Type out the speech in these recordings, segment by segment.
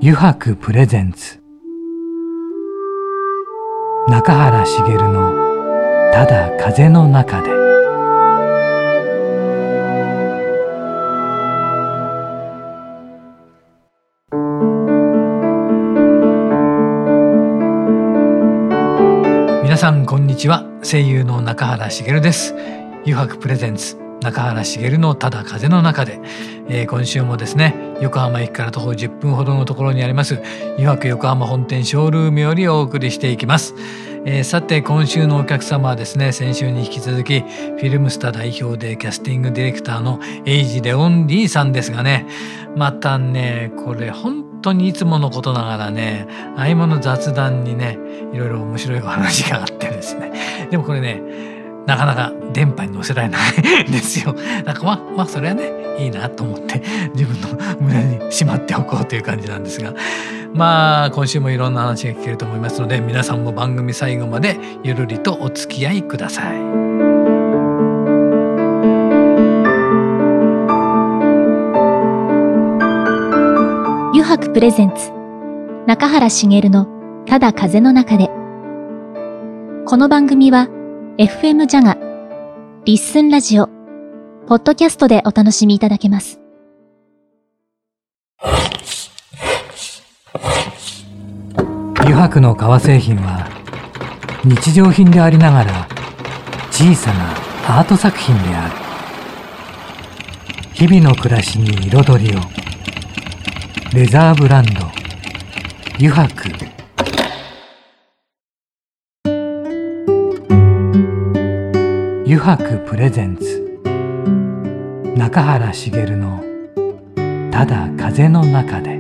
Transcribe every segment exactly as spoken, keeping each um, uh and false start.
油白プレゼンツ中原茂のただ風の中で。皆さんこんにちは。声優の中原茂です。油白プレゼンツ中原茂のただ風の中で、えー、今週もですね、横浜駅から徒歩じゅっぷんほどのところにあります油白横浜本店ショールームよりお送りしていきます。えー、さて今週のお客様はですね、先週に引き続きフィルムスタ代表でキャスティングディレクターのエイジ・レオン・リーさんですがね、またねこれ本当にいつものことながらね、合間の雑談にねいろいろ面白いお話があってですね、でもこれねなかなか電波に乗せられないんですよ。なんかまあまあそれはねいいなと思って自分の胸にしまっておこうという感じなんですが、まあ今週もいろんな話が聞けると思いますので、皆さんも番組最後までゆるりとお付き合いください。 油白プレゼンツ中原茂のただ風の中で。この番組はエフエム ジャガ、リッスンラジオ、ポッドキャストでお楽しみいただけます。 油白の革製品は日常品でありながら小さなアート作品である。日々の暮らしに彩りを。レザーブランド油白。油白プレゼンツ中原茂のただ風の中で。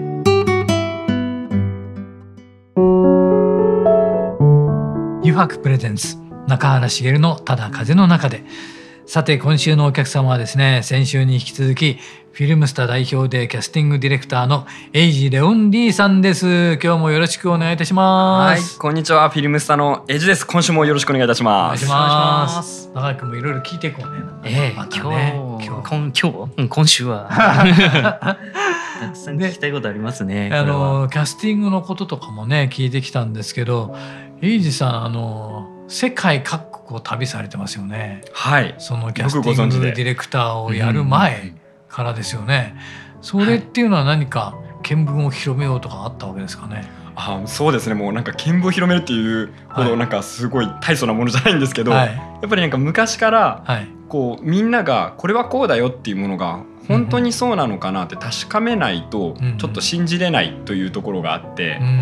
油白プレゼンツ中原茂のただ風の中で。さて今週のお客様はですね、先週に引き続きフィルムスタ代表でキャスティングディレクターのエイジ・レオン・リーさんです。今日もよろしくお願いいたします。 はい、こんにちは。フィルムスタのエイジです。今週もよろしくお願いいたします。 お願いします。長井君もいろいろ聞いていこうね。 ええ、 またね、 今日今日今今日、うん、今週はたくさん聞きたいことありますね。 あのキャスティングのこととかもね聞いてきたんですけど、エイジさんあの世界各国を旅されてますよね。 はい。 そのキャスティングディレクターをやる前からですよね。それっていうのは何か見聞を広めようとかあったわけですかね。 あ、そうですね。もうなんか見聞を広めるっていうほどなんかすごい大層なものじゃないんですけど、はい、やっぱりなんか昔からこうみんながこれはこうだよっていうものが本当にそうなのかなって確かめないとちょっと信じれないというところがあって、うんうん、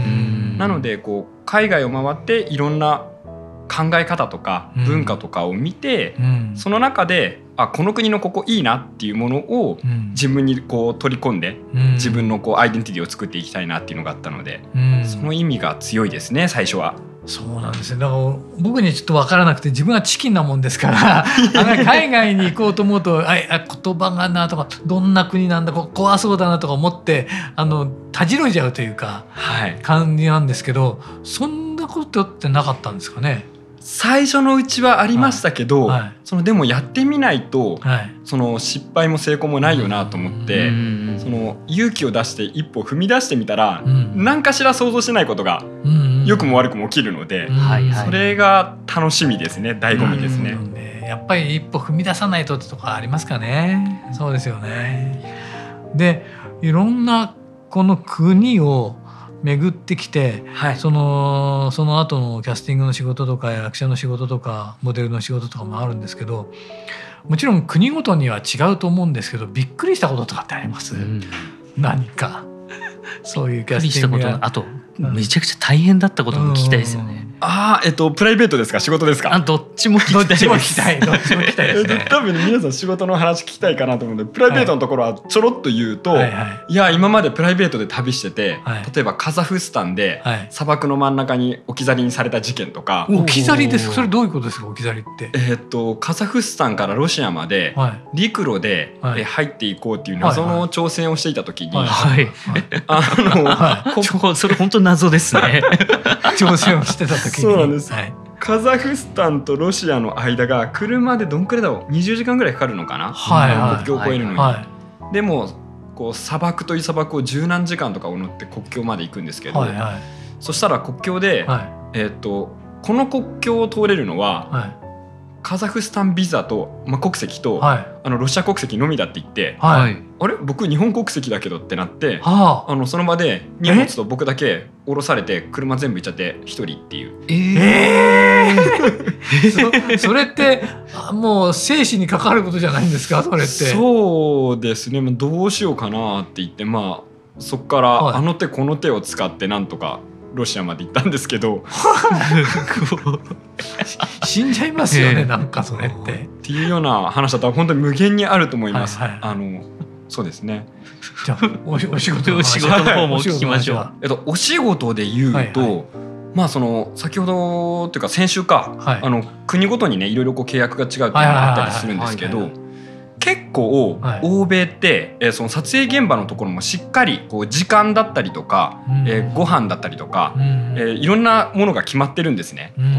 なのでこう海外を回っていろんな考え方とか文化とかを見て、うん、その中であこの国のここいいなっていうものを自分にこう取り込んで、うん、自分のこうアイデンティティを作っていきたいなっていうのがあったので、うん、その意味が強いですね最初は。 そうなんですね。だから僕にちょっと分からなくて、自分はチキンなもんですから海外に行こうと思うとあ言葉がなとかどんな国なんだこ怖そうだなとか思ってあのたじろいじゃうというか、はい、感じなんですけど、そんなことってなかったんですかね。 最初のうちはありましたけど、はいはい、そのでもやってみないと、はい、その失敗も成功もないよなと思って、その勇気を出して一歩踏み出してみたら、うん、何かしら想像してないことが良くも悪くも起きるので、それが楽しみですね。醍醐味ですね。 やっぱり一歩踏み出さないとってとこありますかね。そうですよね。でいろんなこの国を巡ってきて、はい、そのその後のキャスティングの仕事とか役者の仕事とかモデルの仕事とかもあるんですけど、もちろん国ごとには違うと思うんですけど、びっくりしたこととかってあります？うん、何かそういうキャスティングや、 あとめちゃくちゃ大変だったことも聞きたいですよね。 ああ、えっとプライベートですか仕事ですか？ あ、どっちも聞きたいです。 どっちも聞きたい。どっちも聞きたいですね。 多分皆さん仕事の話聞きたいかなと思うので、プライベートのところはちょろっと言うと、はいはい、いや今までプライベートで旅してて、はい、例えばカザフスタンで砂漠の真ん中に置き去りにされた事件とか。 置き去りですか？それどういうことですか？置き去りって。 えー、っとカザフスタンからロシアまで陸路で入っていこうっていう謎の挑戦をしていた時に、はいはいはい、あの、 はい、それ本当謎ですね。 挑戦をしてた時に。 そうなんです、はい、カザフスタンとロシアの間が車でどんくらいだろうにじゅうじかんぐらいかかるのかな、はいはい、国境を越えるのに、はいはい、でもここう砂漠という砂漠を十何時間とかを乗って国境まで行くんですけど、 はいはい、 そしたら国境で、はい、えー、とこの国境を通れるのは、はい、カザフスタンビザと、まあ、国籍と、はい、あのロシア国籍のみだって言って、はい、あれ僕日本国籍だけどってなって、はあ、あのその場で荷物と僕だけ降ろされて車全部行っちゃって一人っていう。 えー、そ, それってもう生死に関わることじゃないんですかそれって。 そうですね、どうしようかなって言って、まあ、そこから、はい、あの手この手を使ってなんとかロシアまで行ったんですけど死んじゃいますよね、なんかそれってっていうような話だったら本当に無限にあると思います、はいはい、あのそうですね。 じゃあ お, お仕事お仕事の方も聞きましょう。 えっと、お仕事で言うと、はいはい、まあその先ほどというか先週か、はい、あの国ごとにねいろいろこう契約が違うっていうのがあったりするんですけど、結構欧米って、はい、その撮影現場のところもしっかりこう時間だったりとか、うん、えー、ご飯だったりとか、うん、えー、いろんなものが決まってるんですね、うん、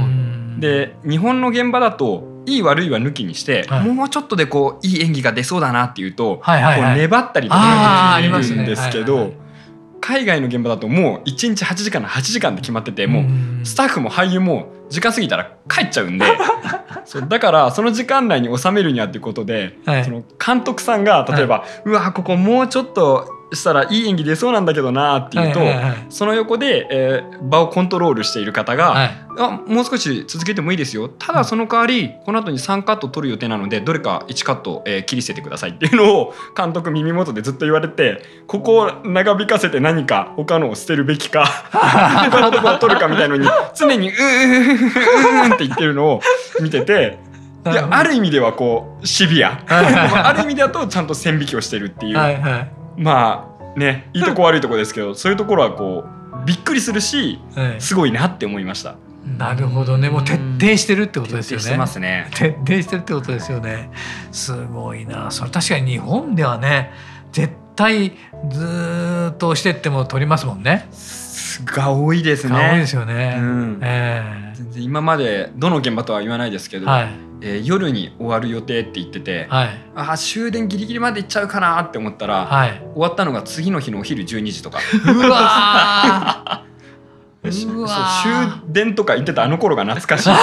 で日本の現場だといい悪いは抜きにして、はい、もうちょっとでこういい演技が出そうだなっていうと、はいはいはい、こう粘ったりとかできるんですけど、海外の現場だともういちにちはちじかんのはちじかんで決まってて、もうスタッフも俳優も時間過ぎたら帰っちゃうんでそうだからその時間内に収めるにはっていうことで、はい、その監督さんが例えば、はい、うわここもうちょっとしたらいい演技出そうなんだけどなっていうと、はいはいはい、その横で、えー、場をコントロールしている方が、はい、あもう少し続けてもいいですよ、ただその代わりこの後にさんカット取る予定なのでどれかいちカット、えー、切り捨ててくださいっていうのを監督耳元でずっと言われて、ここを長引かせて何か他のを捨てるべきか他のところを取るかみたいなのに常にうーんうーんって言ってるのを見てて、である意味ではこうシビアある意味だとちゃんと線引きをしてるっていう、はいはい、まあねいいとこ悪いとこですけどそういうところはこうびっくりするし、はい、すごいなって思いました。 なるほどね、もう徹底してるってことですよね。 徹底してますね。 徹底してるってことですよね。すごいな。それ確かに日本ではね絶対ずっとしてっても撮りますもんね。 が多いですね。 が多いですよね、うん、 えー、全然今までどの現場とは言わないですけど、はい、えー、夜に終わる予定って言ってて、はい、あ終電ギリギリまで行っちゃうかなって思ったら、はい、終わったのが次の日のお昼じゅうにじとかうわうわ終電とか言ってたあの頃が懐かしい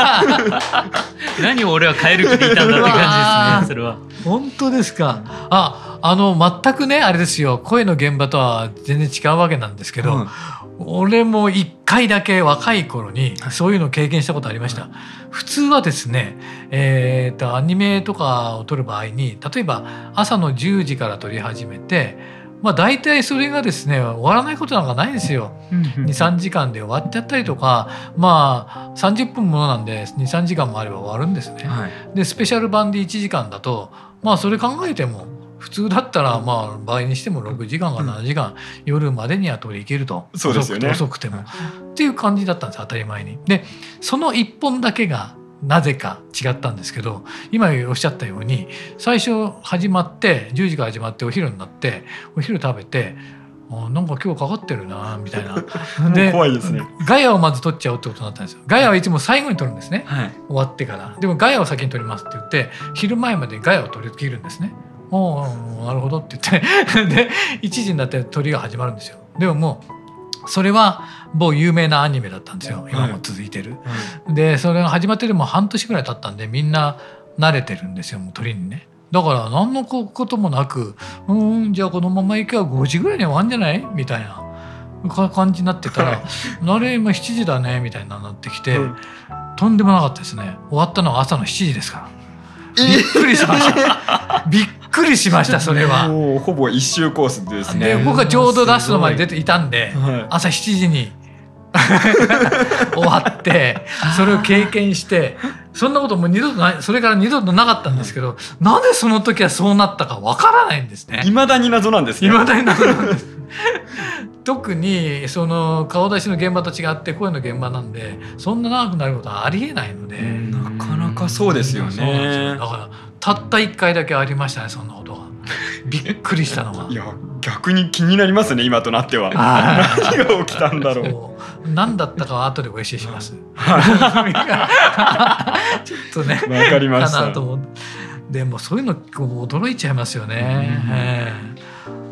何を俺は変える気でいたんだって感じですね。それは本当ですか。ああの全くねあれですよ、声の現場とは全然違うわけなんですけど、うん、俺もいっかいだけ若い頃にそういうのを経験したことありました、はい、普通はですね、えー、とアニメとかを撮る場合に例えば朝のじゅうじから撮り始めて、まあ、大体それがですね終わらないことなんかないですよにさんじかんで終わっちゃったりとか、まあさんじゅっぷんものなんでにさんじかんもあれば終わるんですね、はい、でスペシャル版でいちじかんだとまあそれ考えても普通だったらまあ倍にしてもろくじかんかななじかん、うん、夜までには取り行けると。 そうですよね、 遅くてもっていう感じだったんです当たり前に。でそのいっぽんだけがなぜか違ったんですけど、今おっしゃったように最初始まってじゅうじから始まってお昼になってお昼食べてあなんか今日かかってるなみたいなで怖いですね。 ガヤをまず取っちゃうってことになったんですよ。ガヤはいつも最後に取るんですね、はい、終わってから。でもガヤを先に取りますって言って昼前までガヤを取り切るんですね。おーなるほどって言ってでいちじになって撮りが始まるんですよ。でももうそれは某有名なアニメだったんですよ、今も続いてる、はい、でそれが始まってでも半年ぐらい経ったんでみんな慣れてるんですよもう撮りにね。だから何のこともなくうーんじゃあこのまま行けばごじぐらいに終わるんじゃないみたいな感じになってたらあれ今しちじだねみたいになってきて、うん、とんでもなかったですね。終わったのは朝のしちじですからびっくりしましたびっくりしましたそれは。 もうほぼ一周コースですね。 で僕はちょうど出すのまで出ていたんで、はい、朝しちじに終わってそれを経験してそんなことも二度とない、それから二度となかったんですけど、なぜその時はそうなったかわからないんですね。 未だに謎なんですね。 未だに謎なんです特にその顔出しの現場と違って声の現場なんでそんな長くなることはありえないので、 なかなかそうですよね。そうなんですよ。 だからたったいっかいだけありましたねそんなことが。びっくりしたのがいや逆に気になりますね今となっては。何が起きたんだろう。 そう何だったかは後でご教えします、ちょっとねわかりましたかなと思って。でもそういうの驚いちゃいますよね、うん、えー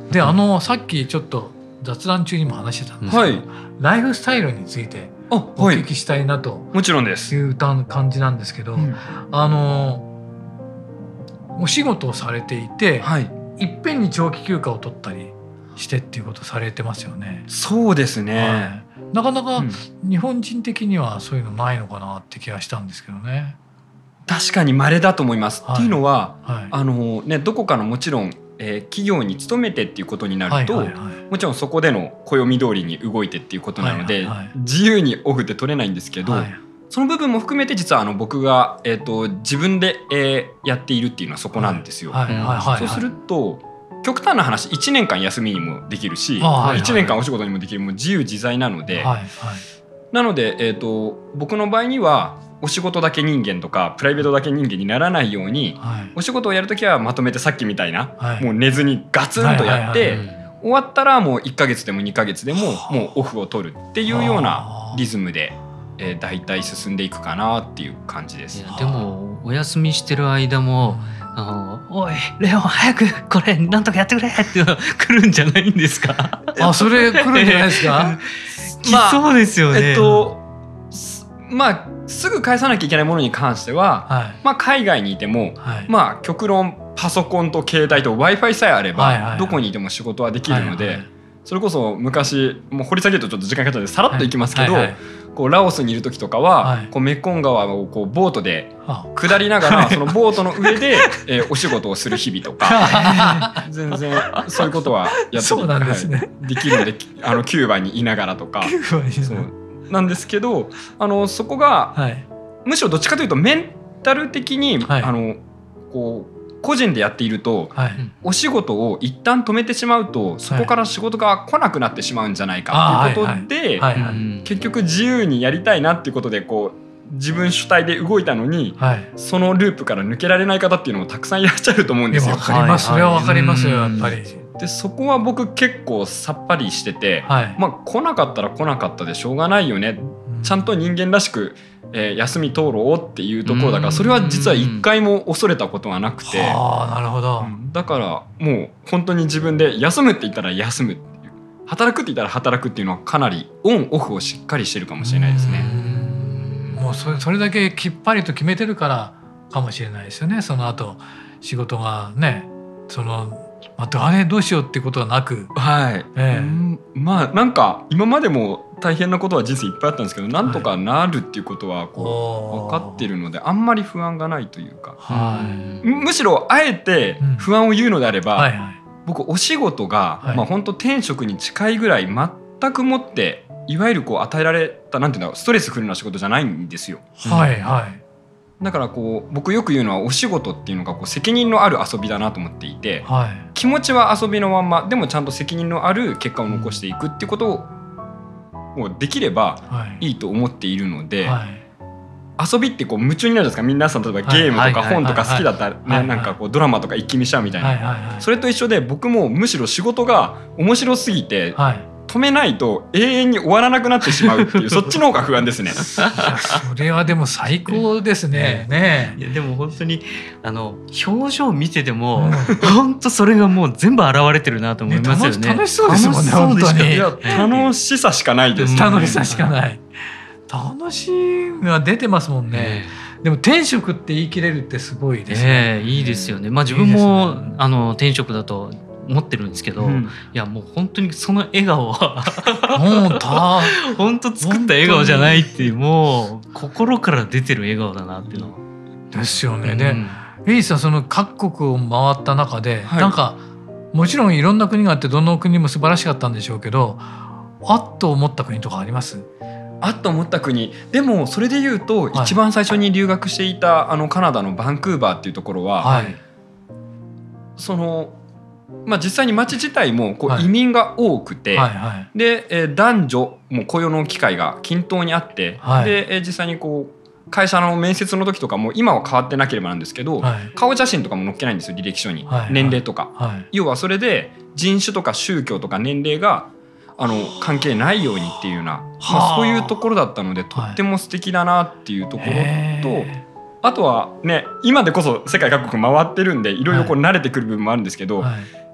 であのさっきちょっと雑談中にも話してたんですけど、はい、ライフスタイルについてお聞きしたいなと、 もちろんですいう感じなんですけど、うん、あのお仕事をされていて、はい、いっぺんに長期休暇を取ったりしてっていうことされてますよね。 そうですね、はい、 なかなか日本人的にはそういうのないのかなって気がしたんですけどね。 確かに稀だと思います、はい、っていうのは、はい、あのね、どこかのもちろん、えー、企業に勤めてっていうことになると、はいはいはい、もちろんそこでの暦通りに動いてっていうことなので、はいはいはい、自由にオフって取れないんですけど、はい、その部分も含めて実はあの僕が、えーと、自分で、えー、やっているっていうのはそこなんですよ、はいはいはいはい、そうすると極端な話いちねんかん休みにもできるし、はいはい、いちねんかんお仕事にもできる、もう自由自在なので、はいはい、なので、えーと、僕の場合にはお仕事だけ人間とかプライベートだけ人間にならないように、はい、お仕事をやるときはまとめてさっきみたいな、はい、もう寝ずにガツンとやって、はいはいはいはい、終わったらもういっかげつでもにかげつでももうオフを取るっていうようなリズムで、えー、だいたい進んでいくかなっていう感じです。 いやでもお休みしてる間も、あのおいレオン早くこれなんとかやってくれって来るんじゃないんですか？ あ、それ来るんじゃないですか？ 来そうですよね。 えっとまあすぐ返さなきゃいけないものに関しては、はい、まあ、海外にいても、はい、まあ極論パソコンと携帯と Wi-Fi さえあれば、はいはいはい、どこにいても仕事はできるので、はいはい、それこそ昔もう掘り下げるとちょっと時間かかっちゃうんでさらっといきますけど、はいはいはい、こうラオスにいる時とかは、はい、こうメコン川をこうボートで下りながらそのボートの上で、えー、お仕事をする日々とか全然そういうことはやってなんですね、 はい、できるので、あのキューバにいながらとかそうなんですけど、あのそこが、はい、むしろどっちかというとメンタル的に、はい、あのこう個人でやっていると、はい、お仕事を一旦止めてしまうとそこから仕事が来なくなってしまうんじゃないかっていうことで、結局自由にやりたいなっていうことでこう自分主体で動いたのに、はい、そのループから抜けられない方っていうのもたくさんいらっしゃると思うんですよ。 わかります、それはわかりますよ、やっぱり。 でそこは僕結構さっぱりしてて、はい、まあ来なかったら来なかったでしょうがないよね、うん、ちゃんと人間らしく、えー、休み通ろうっていうところだから、それは実は一回も恐れたことはなくて、 はあ、なるほど、 だからもう本当に自分で休むって言ったら休むっていう、働くって言ったら働くっていうのはかなりオンオフをしっかりしてるかもしれないですね。 うん、もうそれ、それだけきっぱりと決めてるからかもしれないですよね。その後仕事がね、そのまたあれどうしようってことはなく、 はい、えー、うんまあなんか今までも大変なことは人生いっぱいあったんですけど、なんとかなるっていうことはこう分かってるので、あんまり不安がないというか、はい、むしろあえて不安を言うのであれば、うんはいはい、僕お仕事が、はい、まあ本当転職に近いぐらい全くもっていわゆるこう与えられたなんていうんだろう、ストレスフルな仕事じゃないんですよ。 はいはい。 だからこう僕よく言うのは、お仕事っていうのがこう責任のある遊びだなと思っていて、はい、気持ちは遊びのまんまでもちゃんと責任のある結果を残していくっていうことをもうできればいいと思っているので、はいはい、遊びってこう夢中になるじゃないですか。皆さん例えばゲームとか本とか好きだったらね、なんかこうドラマとか一気見しちゃうみたいな、はいはいはい、それと一緒で僕もむしろ仕事が面白すぎて、はい、止めないと永遠に終わらなくなってしまうっていうそっちの方が不安ですね。いやそれはでも最高ですね。ねいやでも本当にあの表情見てても、うん、本当それがもう全部現れてるなと思いますよね。 ね、楽しそうですもんね。本当にいや楽しさしかないです、 ね、楽しさしかない。楽しみが出てますもんね。でも転職って言い切れるってすごいですね。 えー、いいですよね。まあ自分も、ね、あの転職だと思ってるんですけど、うん、いやもう本当にその笑顔は本当作った笑顔じゃないっていう、もう心から出てる笑顔だなっていうのはですよね。で、エイさんその各国を回った中で、はい、なんかもちろんいろんな国があってどの国も素晴らしかったんでしょうけど、あっと思った国とかあります？ あっと思った国でもそれで言うと、はい、一番最初に留学していたあのカナダのバンクーバーっていうところは、はい、そのまあ、実際に町自体もこう移民が多くて、はいはいはい、で、えー、男女も雇用の機会が均等にあって、はい、で、えー、実際にこう会社の面接の時とかも今は変わってなければなんですけど、はい、顔写真とかも載っけないんですよ、履歴書に、はいはい、年齢とか、はい、要はそれで人種とか宗教とか年齢があの関係ないようにっていうような、まあ、そういうところだったので、とっても素敵だなっていうところと、はい、あとはね今でこそ世界各国回ってるんでいろいろこう慣れてくる部分もあるんですけど、はい、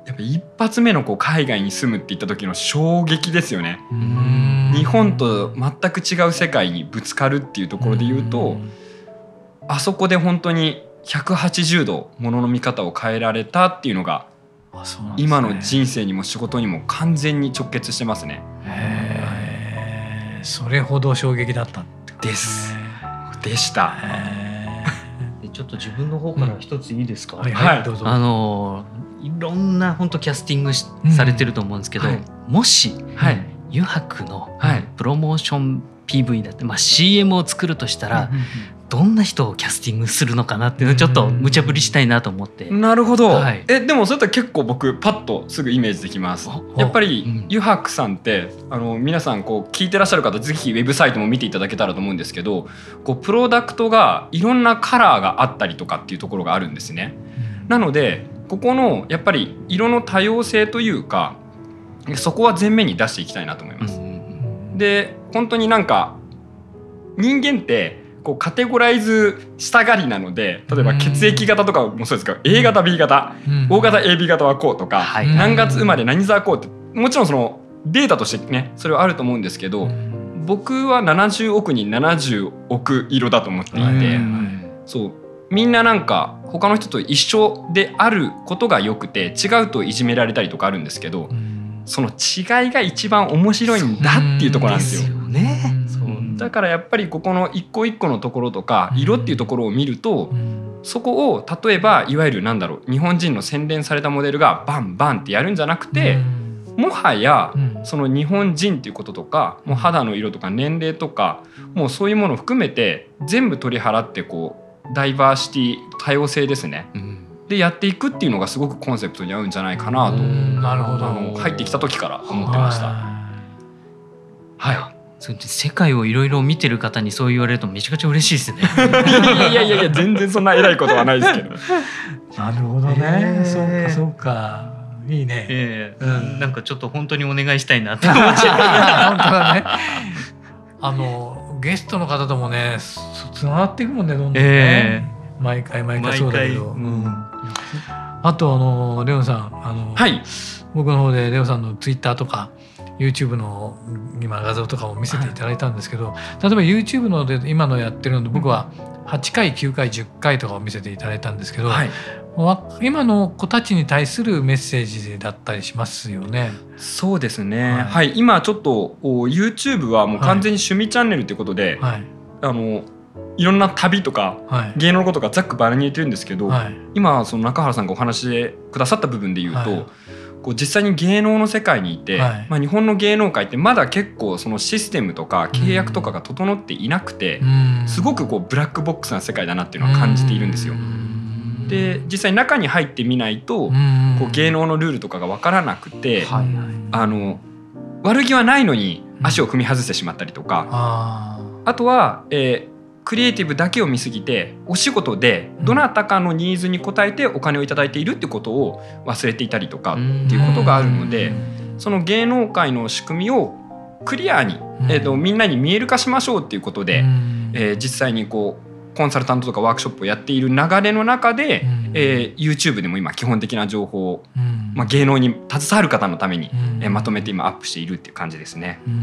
やっぱ一発目のこう海外に住むっていった時の衝撃ですよね。うーん、日本と全く違う世界にぶつかるっていうところで言うと、あそこで本当にひゃくはちじゅうどものの見方を変えられたっていうのが、あ、そうなんですね、今の人生にも仕事にも完全に直結してますね。 へー、それほど衝撃だったってですでした。 でちょっと自分の方から一ついいですか？ うん、はい、はい、どうぞ。 あのいろんな本当キャスティングし、うん、されてると思うんですけど、はい、もし、はい、油白のプロモーション ピーブイ だって、まあ、シーエム を作るとしたら、うんうんうん、どんな人をキャスティングするのかなっていうのをちょっと無茶ぶりしたいなと思って。 なるほど、はい、えでもそれと結構僕パッとすぐイメージできます。やっぱり油白さんってあの皆さんこう聞いてらっしゃる方ぜひウェブサイトも見ていただけたらと思うんですけど、こうプロダクトがいろんなカラーがあったりとかっていうところがあるんですね。なのでここのやっぱり色の多様性というかそこは前面に出していきたいなと思います。で本当になんか人間ってこうカテゴライズしたがりなので、例えば血液型とかもそうですが エー 型 ビー 型、うん、O 型 エービー 型はこうとか、はい、何月生まれ何座はこうってもちろんそのデータとしてねそれはあると思うんですけど、僕はななじゅうおくにななじゅうおく色だと思っていて、そうみんななんか他の人と一緒であることがよくて違うといじめられたりとかあるんですけど、その違いが一番面白いんだっていうところなんですよ。 ですよね。 そうだからやっぱりここの一個一個のところとか色っていうところを見ると、そこを例えばいわゆるなんだろう日本人の洗練されたモデルがバンバンってやるんじゃなくて、もはやその日本人っていうこととかもう肌の色とか年齢とかもうそういうものを含めて全部取り払ってこうダイバーシティ多様性ですね、うん、でやっていくっていうのがすごくコンセプトに合うんじゃないかなと、 なるほど、 あの入ってきた時から思ってました。 はい、はい、世界をいろいろ見てる方にそう言われるとめちゃくちゃ嬉しいですね。 いやいやいや全然そんな偉いことはないですけど。 なるほどね、そうかそうか、いいね、 えーうん、なんかちょっと本当にお願いしたいなって思っちゃう。 本当だね。あのゲストの方ともねつながっていくもんね、どんどんね、えー、毎回毎回そうだけど、うん、あとあのレオンさんあの、はい、僕の方でレオンさんのツイッターとか YouTube の今画像とかも見せていただいたんですけど、はい、例えば YouTube ので今のやってるので僕ははちかいきゅうかいじゅっかいとかを見せていただいたんですけど、はい、今の子たちに対するメッセージだったりしますよね。 そうですね、はいはい、今ちょっと YouTube はもう完全に趣味チャンネルということで、はい、あのいろんな旅とか、はい、芸能のことがざっくばらんに言ってるんですけど、はい、今その中原さんがお話しでくださった部分で言うと、はい、こう実際に芸能の世界にいて、はい、まあ、日本の芸能界ってまだ結構そのシステムとか契約とかが整っていなくて、すごくこうブラックボックスな世界だなっていうのは感じているんですよ。で実際中に入ってみないとこう芸能のルールとかが分からなくて、はい、あの悪気はないのに足を踏み外してしまったりとか、うん、あ, あとは、えー、クリエイティブだけを見すぎてお仕事でどなたかのニーズに応えてお金をいただいているってことを忘れていたりとかっていうことがあるので、その芸能界の仕組みをクリアに、えーと、みんなに見える化しましょうっていうことで、えー、実際にこうコンサルタントとかワークショップをやっている流れの中で、うん、えー、YouTube でも今基本的な情報を、うん、まあ、芸能に携わる方のために、うん、えー、まとめて今アップしているっていう感じですね。うん、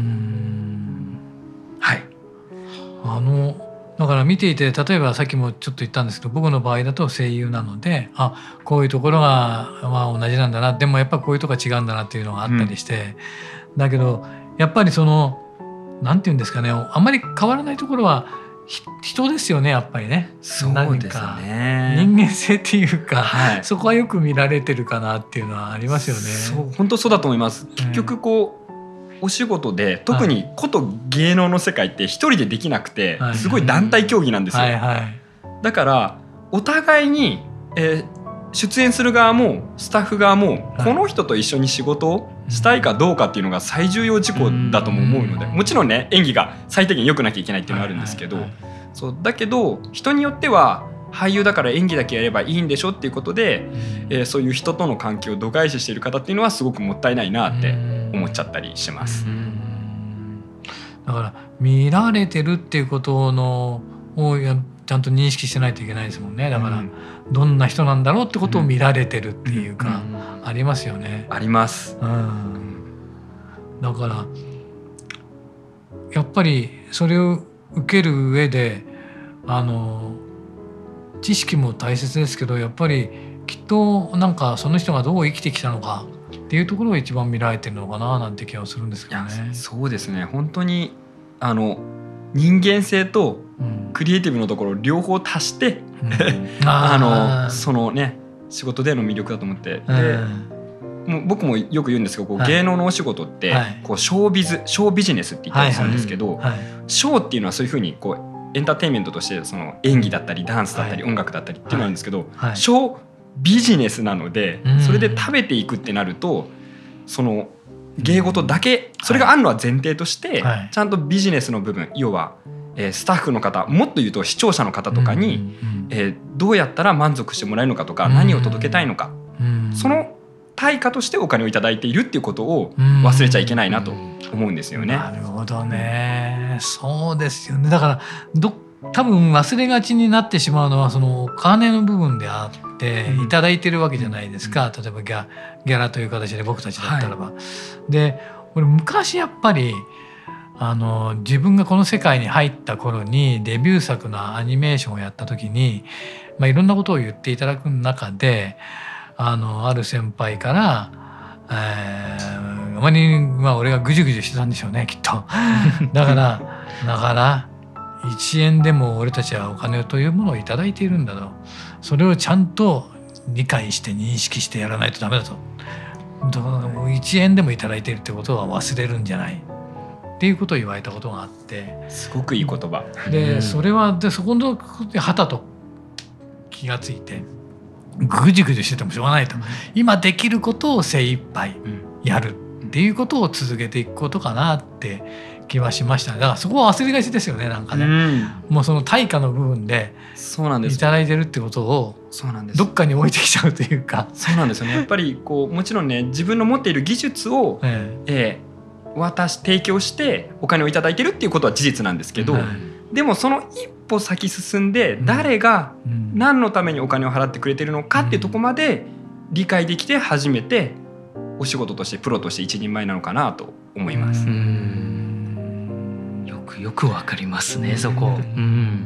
はい。 あのだから見ていて例えばさっきもちょっと言ったんですけど、僕の場合だと声優なので、あこういうところが、まあ、同じなんだな、でもやっぱこういうところが違うんだなっていうのがあったりして、うん、だけどやっぱりそのなんていうんですかね、あんまり変わらないところは人ですよね、やっぱりね。 そうですね、 人間性っていうか、はい、そこはよく見られてるかなっていうのはありますよね。 そう本当そうだと思います。結局こう、うん、お仕事で特にこと芸能の世界って一人でできなくて、はい、すごい団体競技なんですよ、はいはい、だからお互いに、えー、出演する側もスタッフ側もこの人と一緒に仕事をしたいかどうかっていうのが最重要事項だとも思うので、もちろんね演技が最低限良くなきゃいけないっていうのはあるんですけど、そうだけど人によっては俳優だから演技だけやればいいんでしょっていうことで、えー、そういう人との関係を度外視している方っていうのはすごくもったいないなって思っちゃったりします。 だから見られてるっていうことのをやちゃんと認識してないといけないですもんね。だからどんな人なんだろうってことを見られてるっていうか、ありますよね。 あります、うん、 だからやっぱりそれを受ける上であの知識も大切ですけど、やっぱりきっとなんかその人がどう生きてきたのかっていうところを一番見られてるのかななんて気がするんですけどね。 そうですね、本当にあの人間性とクリエイティブのところ両方足して、うん、あのそのね仕事での魅力だと思って、で、うん、もう僕もよく言うんですけど、こう、はい、芸能のお仕事って、はい、こうショービズショービジネスって言ったりするんですけど、はいはいはい、ショーっていうのはそういうふうにこうエンターテインメントとしてその演技だったりダンスだったり音楽だったりっていうのがあるんですけど、はいはい、ショービジネスなので、それで食べていくってなると、その芸事だけそれがあるのは前提として、はい、ちゃんとビジネスの部分、要は、えー、スタッフの方、もっと言うと視聴者の方とかに、うんうん、えー、どうやったら満足してもらえるのかとか、うん、何を届けたいのか、うん、その対価としてお金をいただいているっていうことを忘れちゃいけないなと思うんですよね。 なるほどね、そうですよね。だからど多分忘れがちになってしまうのはそのお金の部分であっていただいてるわけじゃないですか、うん、例えばギャ、ギャラという形で僕たちだったらば、はい、で俺昔やっぱりあの自分がこの世界に入った頃にデビュー作のアニメーションをやった時に、まあ、いろんなことを言っていただく中であのある先輩から、えー、あまり、まあ、俺がぐじゅぐじゅしてたんでしょうねきっとだからだからいちえんでも俺たちはお金というものをいただいているんだと、それをちゃんと理解して認識してやらないとダメだと、いちえんでもいただいているってことは忘れるんじゃないっていうことを言われたことがあって、 すごくいい言葉で、それはでそこのはたと気がついて、ぐじぐじしててもしょうがないと、今できることを精一杯やるっていうことを続けていくことかなって気はしましたね。だからそこは忘れがちですよね、なんかね、うん、もうその対価の部分でいただいてるってことをどっかに置いてきちゃうというか、 そうなんですよね。やっぱりこうもちろんね、自分の持っている技術を、えええー、渡し提供してお金をいただいてるっていうことは事実なんですけど、うん、でもその一歩先進んで誰が何のためにお金を払ってくれてるのかっていうところまで理解できて初めてお仕事としてプロとして一人前なのかなと思います。うん、 よくよくわかりますね、そこ。うん、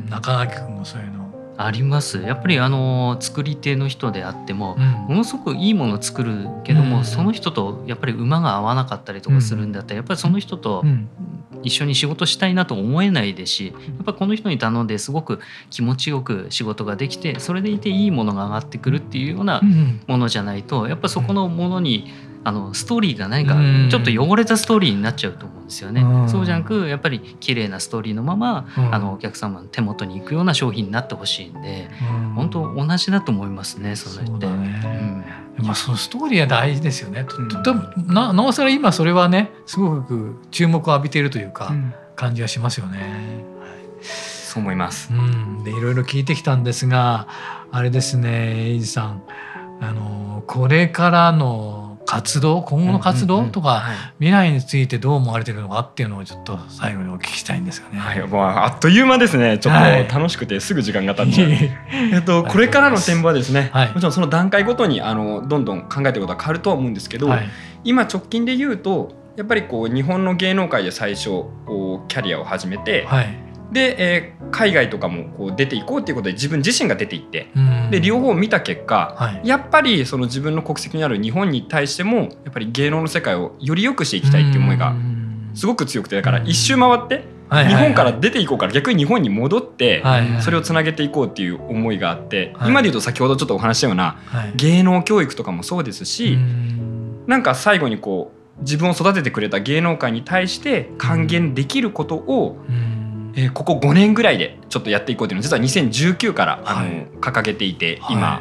中垣君もそういうのあります。やっぱりあの作り手の人であっても、うん、ものすごくいいものを作るけども、うん、その人とやっぱり馬が合わなかったりとかするんだったら、やっぱりその人と一緒に仕事したいなと思えないですし、やっぱこの人に頼んですごく気持ちよく仕事ができて、それでいていいものが上がってくるっていうようなものじゃないと、やっぱそこのものにあのストーリーが何かちょっと汚れたストーリーになっちゃうと思うんですよね。うん、そうじゃなくやっぱり綺麗なストーリーのまま、うん、あのお客様の手元に行くような商品になってほしいんで、うん、本当同じだと思いますね、それって。そうだね、 うん、まあ、そのストーリーは大事ですよね。ととな, なおさら今それはねすごく注目を浴びているというか、うん、感じがしますよね。はい、 そう思います。 うん、でいろいろ聞いてきたんですが、あれですね、エイジさん、あのこれからの活動、今後の活動とか、うんうんうん、はい、未来についてどう思われているのかっていうのをちょっと最後にお聞きしたいんですよね。 はい、もうあっという間ですね。ちょっと楽しくてすぐ時間が経っちゃう、はい、えっとこれからの展望はですね、はい、もちろんその段階ごとにあのどんどん考えていることは変わるとは思うんですけど、はい、今直近で言うとやっぱりこう日本の芸能界で最初キャリアを始めて、はい、で、えー、海外とかもこう出ていこうということで自分自身が出ていって、で両方見た結果、はい、やっぱりその自分の国籍にある日本に対してもやっぱり芸能の世界をより良くしていきたいっていう思いがすごく強くて、だから一周回って日本から出ていこうから逆に日本に戻ってそれをつなげていこうっていう思いがあって、今で言うと先ほどちょっとお話したような芸能教育とかもそうですし、なんか最後にこう自分を育ててくれた芸能界に対して還元できることをえー、ここごねんぐらいでちょっとやっていこうというのを実はにせんじゅうきゅうからあの、はい、掲げていて、今、はい、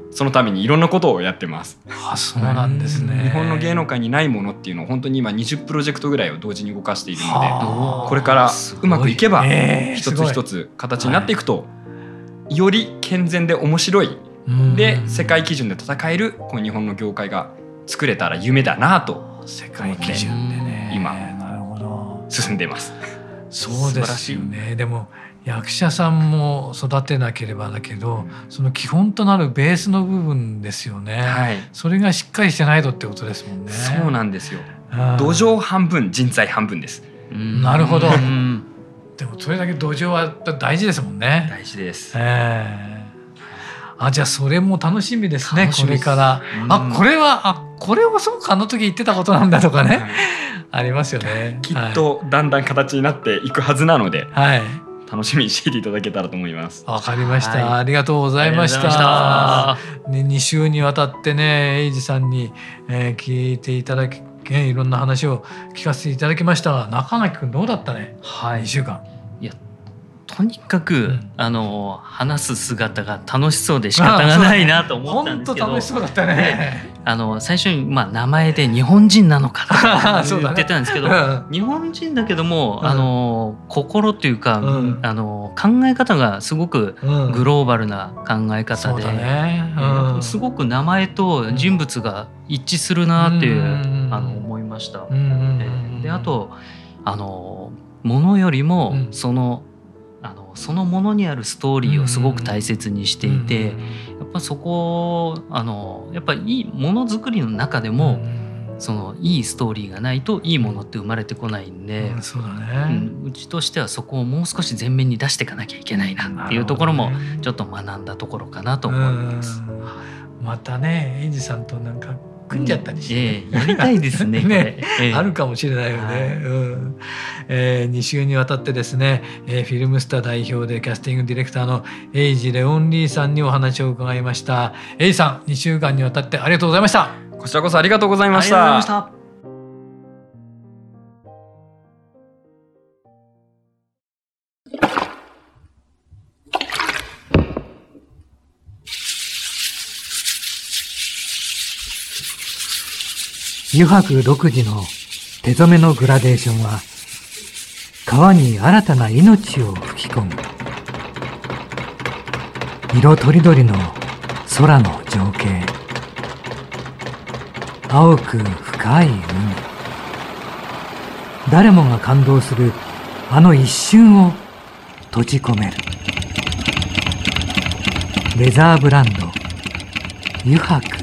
そのためにいろんなことをやってます。 あ、そうなんですね。 日本の芸能界にないものっていうのを本当に今にじゅうプロジェクトぐらいを同時に動かしているので、これからうまくいけば一つ一つ形になっていくと、えー、より健全で面白いで世界基準で戦えるこの日本の業界が作れたら夢だなと世界基準でね、 今進んでいます。 そうですよね。でも役者さんも育てなければだけど、その基本となるベースの部分ですよね、はい、それがしっかりしてないとってことですもんね。 そうなんですよ。土壌半分人材半分です。 なるほど。でもそれだけ土壌は大事ですもんね。 大事です、 えー、あじゃあそれも楽しみですね。これから、うん、あこれはあこれはそうかあの時言ってたことなんだとかね、はい、ありますよね。 きっとだんだん形になっていくはずなので、はい、楽しみにしていただけたらと思います。 わかりました、はい、ありがとうございました。ね、に週にわたってね英二さんに、えー、聞いていただきいろんな話を聞かせていただきましたが、中垣君どうだったね、はい、にしゅうかん。 いやとにかく、うん、あの話す姿が楽しそうで仕方がないなと思ったんですけど、 本当楽しそうだったね。 あの最初に、まあ、名前で日本人なのかと言ってたんですけど、ねうん、日本人だけども、うん、あの心というか、うん、あの考え方がすごくグローバルな考え方で、うんねうん、すごく名前と人物が一致するなっていう、うん、あの思いました。うん、であとあのものよりも、うん、そのあのそのものにあるストーリーをすごく大切にしていて、やっぱそこあのやっぱいいものづくりの中でも、そのいいストーリーがないといいものって生まれてこないんで、 うんそうだね、 うん、うちとしてはそこをもう少し前面に出していかなきゃいけないなっていうところもちょっと学んだところかなと思います。 またね英二さんとなんか組んじゃったりして、ねうんえー、やりたいですねね、えー、あるかもしれないよね、はいうんえー、に週にわたってですね、えー、フィルムスター代表でキャスティングディレクターのエイジ・レオンリーさんにお話を伺いました。エイさんにしゅうかんにわたってありがとうございました。 こちらこそありがとうございました。ありがとうございました。 油白独自の手染めのグラデーションは川に新たな命を吹き込む。色とりどりの空の情景、青く深い海、誰もが感動するあの一瞬を閉じ込める。レザーブランド油白。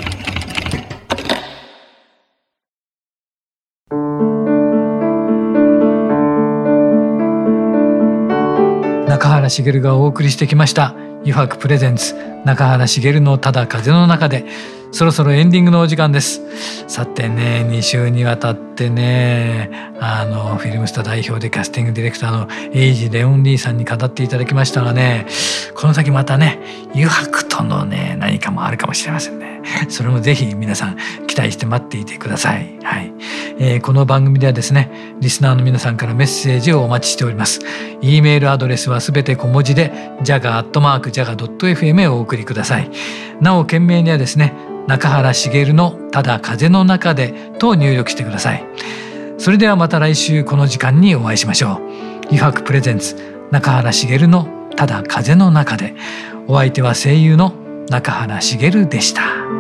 中原茂がお送りしてきました油白プレゼンツ中原茂のただ風の中で、そろそろエンディングのお時間です。さてねに週にわたってねあのフィルムスター代表でキャスティングディレクターのエイジ・レオンリーさんに語っていただきましたがね、この先またね油白とのね何かもあるかもしれませんね。それもぜひ皆さん期待して待っていてください。はいえー、この番組ではですねリスナーの皆さんからメッセージをお待ちしております。 E メールアドレスはすべて小文字で ジャガ アットマーク ジャガ ドット エフエム へお送りください。なお件名にはですね中原茂のただ風の中でと入力してください。それではまた来週この時間にお会いしましょう。油白プレゼンツ中原茂のただ風の中で、お相手は声優の中原茂でした。